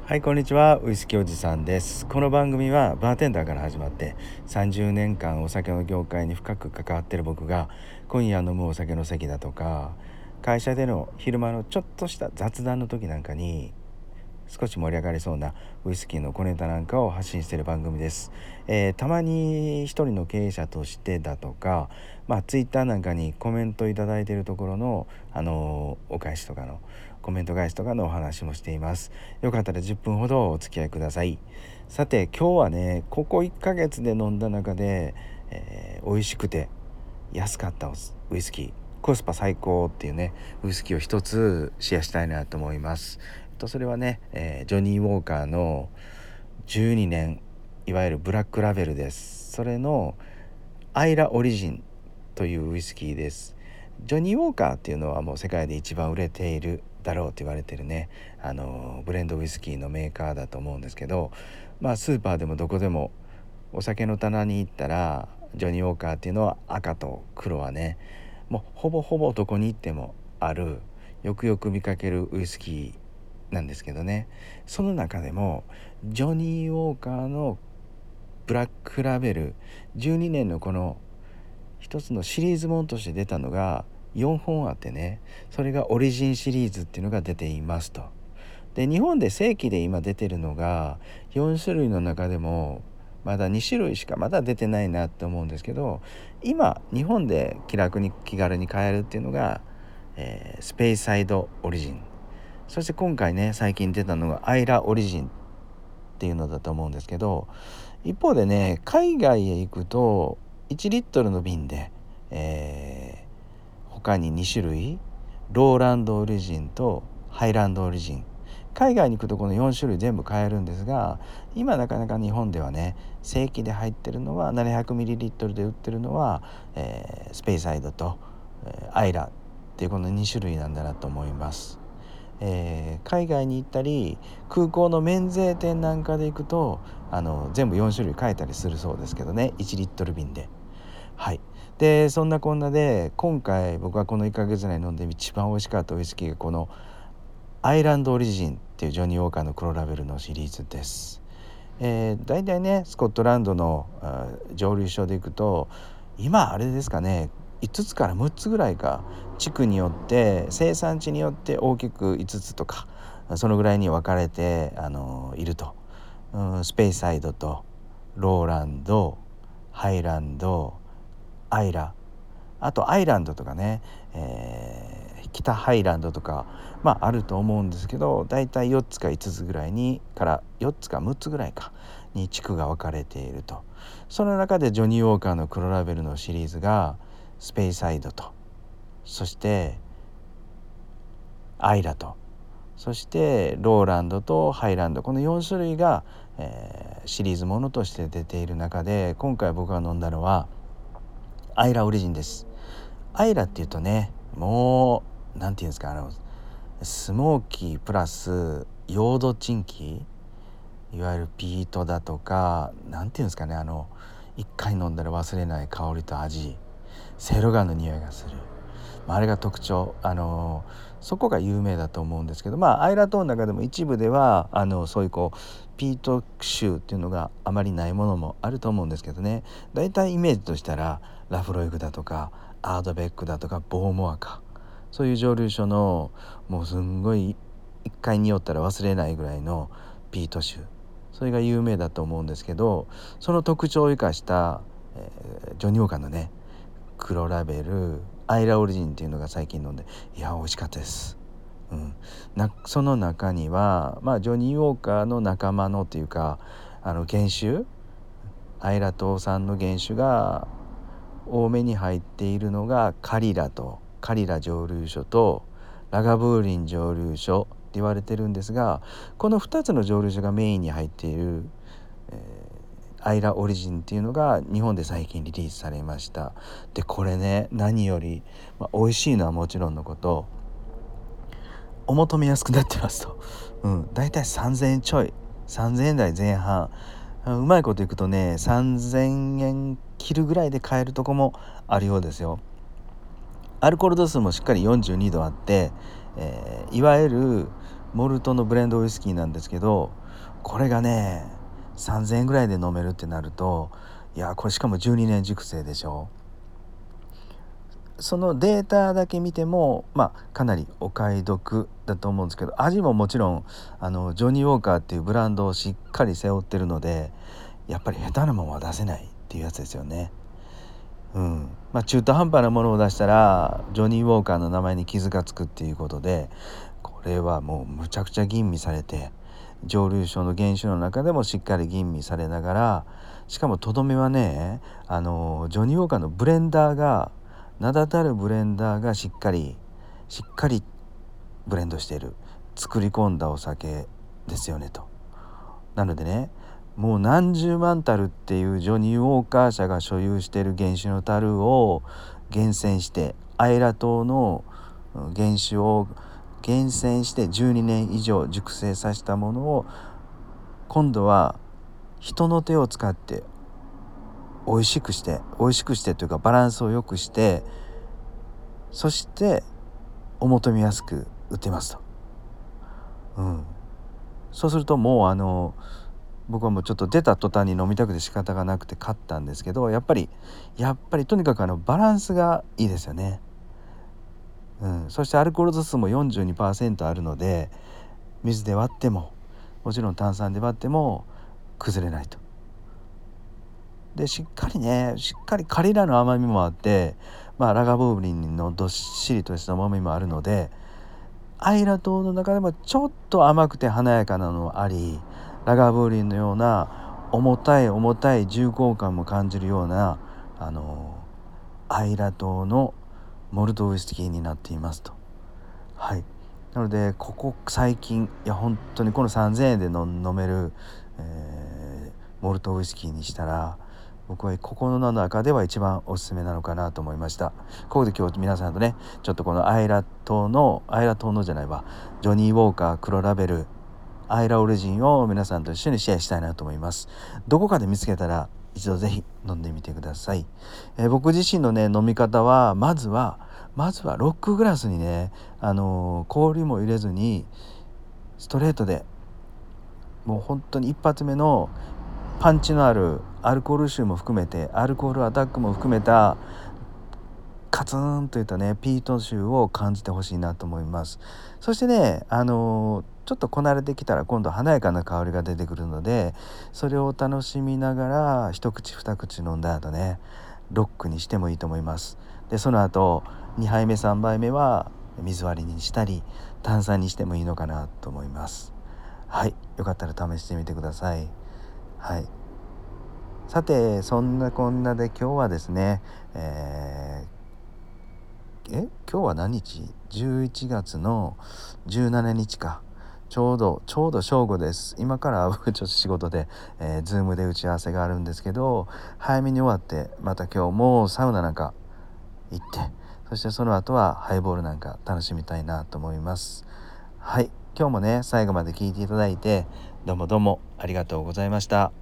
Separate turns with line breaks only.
はい、こんにちは。ウイスキーおじさんです。この番組はバーテンダーから始まって30年間お酒の業界に深く関わっている僕が、今夜飲むお酒の席だとか会社での昼間のちょっとした雑談の時なんかに少し盛り上がりそうなウイスキーの小ネタなんかを発信している番組です。たまに一人の経営者としてだとか、ツイッターなんかにコメントいただいているところのお返しとかのコメント返しとかのお話もしています。よかったら10分ほどお付き合いください。さて今日はね、ここ1ヶ月で飲んだ中で、美味しくて安かったウイスキー、コスパ最高っていうねウイスキーを一つシェアしたいなと思います。それはね、ジョニー・ウォーカーの12年いわゆるブラックラベルです。それのアイラオリジンというウイスキーです。ジョニー・ウォーカーっていうのはもう世界で一番売れているだろうと言われてるね、ブレンドウイスキーのメーカーだと思うんですけど、スーパーでもどこでもお酒の棚に行ったらジョニー・ウォーカーっていうのは赤と黒はね、もうほぼほぼどこに行ってもある、よくよく見かけるウイスキーなんですけどね。その中でもジョニー・ウォーカーのブラックラベル12年のこの一つのシリーズものとして出たのが4本あってね、それがオリジンシリーズっていうのが出ていますと。で日本で正規で今出てるのが4種類の中でもまだ2種類しかまだ出てないなって思うんですけど、今日本で気軽に買えるっていうのが、スペイサイドオリジン、そして今回ね最近出たのがアイラオリジンっていうのだと思うんですけど、一方でね海外へ行くと1リットルの瓶で、他に2種類、ローランドオリジンとハイランドオリジン、海外に行くとこの4種類全部買えるんですが、今なかなか日本ではね正規で入ってるのは 700ml で売ってるのは、スペイサイドと、アイラっていうこの2種類なんだなと思います。海外に行ったり空港の免税店なんかで行くと全部4種類買えたりするそうですけどね、1リットル瓶で。はい。でそんなこんなで今回僕はこの1ヶ月内飲んで一番美味しかったウイスキーがこのアイランドオリジンっていうジョニー・ウォーカーの黒ラベルのシリーズです。だいたいねスコットランドの蒸留所でいくと今あれですかね、5つから6つぐらいか、地区によって生産地によって大きく5つとかそのぐらいに分かれていると、スペイサイドとローランド、ハイランド、アイラ、あとアイランドとかね、北ハイランドとかあると思うんですけど、だいたい4つか5つぐらいにから4つか6つぐらいかに地区が分かれていると。その中でジョニー・ウォーカーの黒ラベルのシリーズがスペイサイドと、そしてアイラと、そしてローランドとハイランド、この4種類が、シリーズものとして出ている中で、今回僕が飲んだのはアイラオリジンです。アイラっていうとね、もうなんていうんですか、スモーキープラスヨードチンキー、いわゆるピートだとか、なんていうんですかね、一回飲んだら忘れない香りと味、セイロガンの匂いがする、あれが特徴、そこが有名だと思うんですけど、アイラ島の中でも一部ではそういうピート臭っていうのがあまりないものもあると思うんですけどね、だいたいイメージとしたらラフロイグだとかアードベックだとかボーモアか、そういう蒸留所のもうすんごい一回匂ったら忘れないぐらいのピート臭、それが有名だと思うんですけど、その特徴を生かした、ジョニー・ウォーカーのね黒ラベルアイラオリジンっていうのが最近飲んで、いや美味しかったです。その中には、ジョニー・ウォーカーの仲間のというか原酒、アイラ島産の原酒が多めに入っているのがカリラ蒸留所とラガブーリン蒸留所って言われてるんですが、この2つの蒸留所がメインに入っている、アイラオリジンっていうのが日本で最近リリースされました。でこれね、何より、美味しいのはもちろんのこと、お求めやすくなってますと。だいたい3000円ちょい、3000円台前半、うまいこといくとね3000円切るぐらいで買えるとこもあるようですよ。アルコール度数もしっかり42度あって、いわゆるモルトのブレンドウイスキーなんですけど、これがね3000円ぐらいで飲めるってなると、いやこれしかも12年熟成でしょ。そのデータだけ見てもかなりお買い得だと思うんですけど、味ももちろんジョニーウォーカーっていうブランドをしっかり背負ってるので、やっぱり下手なものは出せないっていうやつですよね。中途半端なものを出したらジョニーウォーカーの名前に傷がつくっていうことで、これはもうむちゃくちゃ吟味されて、蒸留所の原酒の中でもしっかり吟味されながら、しかもとどめはねジョニーウォーカーのブレンダーが、名だたるブレンダーがしっかりブレンドしている、作り込んだお酒ですよねと。なのでね、もう何十万樽っていうジョニー・ウォーカー社が所有している原酒の樽を厳選して、アイラ島の原酒を厳選して12年以上熟成させたものを、今度は人の手を使って美味しくしてというかバランスを良くして、そしてお求めやすく売ってますと。そうするともう僕はもうちょっと出た途端に飲みたくて仕方がなくて買ったんですけど、やっぱりとにかくバランスがいいですよね。そしてアルコール度数も 42% あるので、水で割ってももちろん炭酸で割っても崩れないと。でしっかりカリラの甘みもあって、ラガーボーリンのどっしりとした甘みもあるので、アイラ島の中でもちょっと甘くて華やかなのもあり、ラガーブーリンのような重たい重厚感も感じるようなアイラ島のモルトウイスキーになっていますと。なのでここ最近本当にこの3000円で飲める、モルトウイスキーにしたら、僕はここの中では一番おすすめなのかなと思いました。ここで今日皆さんとね、ちょっとこのアイラ島のじゃないわ、ジョニーウォーカー黒ラベルアイラオリジンを皆さんと一緒にシェアしたいなと思います。どこかで見つけたら一度ぜひ飲んでみてください。僕自身のね飲み方はまずはロックグラスにね、氷も入れずにストレートで、もう本当に一発目のパンチのあるアルコール臭も含めて、アルコールアタックも含めたカツンといったねピート臭を感じてほしいなと思います。そしてねちょっとこなれてきたら今度華やかな香りが出てくるので、それを楽しみながら一口二口飲んだ後ね、ロックにしてもいいと思います。でその後2杯目3杯目は水割りにしたり炭酸にしてもいいのかなと思います。よかったら試してみてください。さてそんなこんなで今日はですね、今日は何日 ?11 月の17日か。ちょうど正午です。今から僕ちょっと仕事で、ズームで打ち合わせがあるんですけど、早めに終わってまた今日もサウナなんか行って、そしてその後はハイボールなんか楽しみたいなと思います。今日もね最後まで聞いていただいてどうもありがとうございました。